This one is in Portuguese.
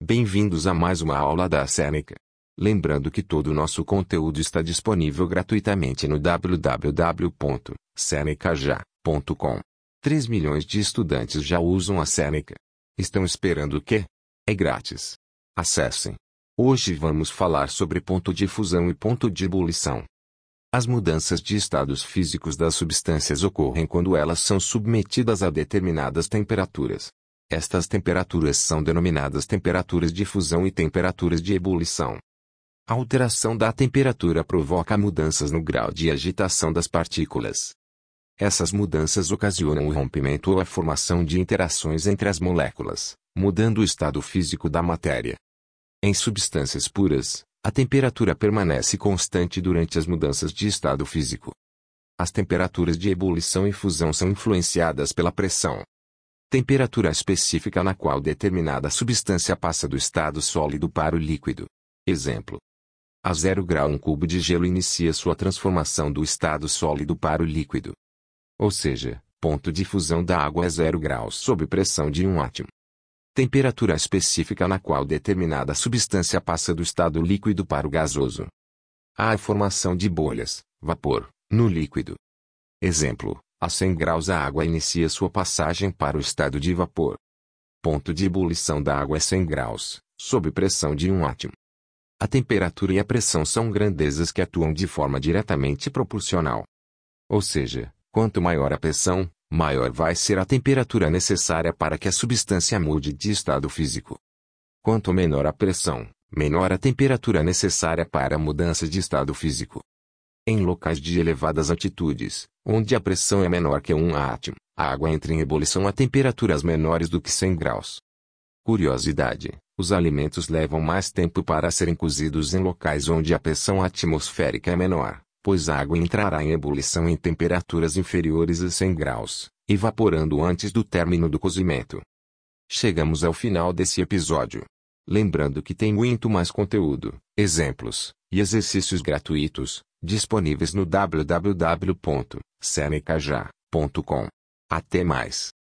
Bem-vindos a mais uma aula da Seneca. Lembrando que todo o nosso conteúdo está disponível gratuitamente no www.senecaja.com. 3 milhões de estudantes já usam a Seneca. Estão esperando o quê? É grátis. Acessem. Hoje vamos falar sobre ponto de fusão e ponto de ebulição. As mudanças de estados físicos das substâncias ocorrem quando elas são submetidas a determinadas temperaturas. Estas temperaturas são denominadas temperaturas de fusão e temperaturas de ebulição. A alteração da temperatura provoca mudanças no grau de agitação das partículas. Essas mudanças ocasionam o rompimento ou a formação de interações entre as moléculas, mudando o estado físico da matéria. Em substâncias puras, a temperatura permanece constante durante as mudanças de estado físico. As temperaturas de ebulição e fusão são influenciadas pela pressão. Temperatura específica na qual determinada substância passa do estado sólido para o líquido. Exemplo. A 0 grau um cubo de gelo inicia sua transformação do estado sólido para o líquido. Ou seja, ponto de fusão da água é 0 graus sob pressão de um átomo. Temperatura específica na qual determinada substância passa do estado líquido para o gasoso. Há a formação de bolhas, vapor, no líquido. Exemplo. A 100 graus a água inicia sua passagem para o estado de vapor. Ponto de ebulição da água é 100 graus, sob pressão de um átomo. A temperatura e a pressão são grandezas que atuam de forma diretamente proporcional. Ou seja, quanto maior a pressão, maior vai ser a temperatura necessária para que a substância mude de estado físico. Quanto menor a pressão, menor a temperatura necessária para a mudança de estado físico. Em locais de elevadas altitudes, onde a pressão é menor que 1 atmo, a água entra em ebulição a temperaturas menores do que 100 graus. Curiosidade: os alimentos levam mais tempo para serem cozidos em locais onde a pressão atmosférica é menor, pois a água entrará em ebulição em temperaturas inferiores a 100 graus, evaporando antes do término do cozimento. Chegamos ao final desse episódio. Lembrando que tem muito mais conteúdo, exemplos e exercícios gratuitos disponíveis no www.senecaja.com. Até mais.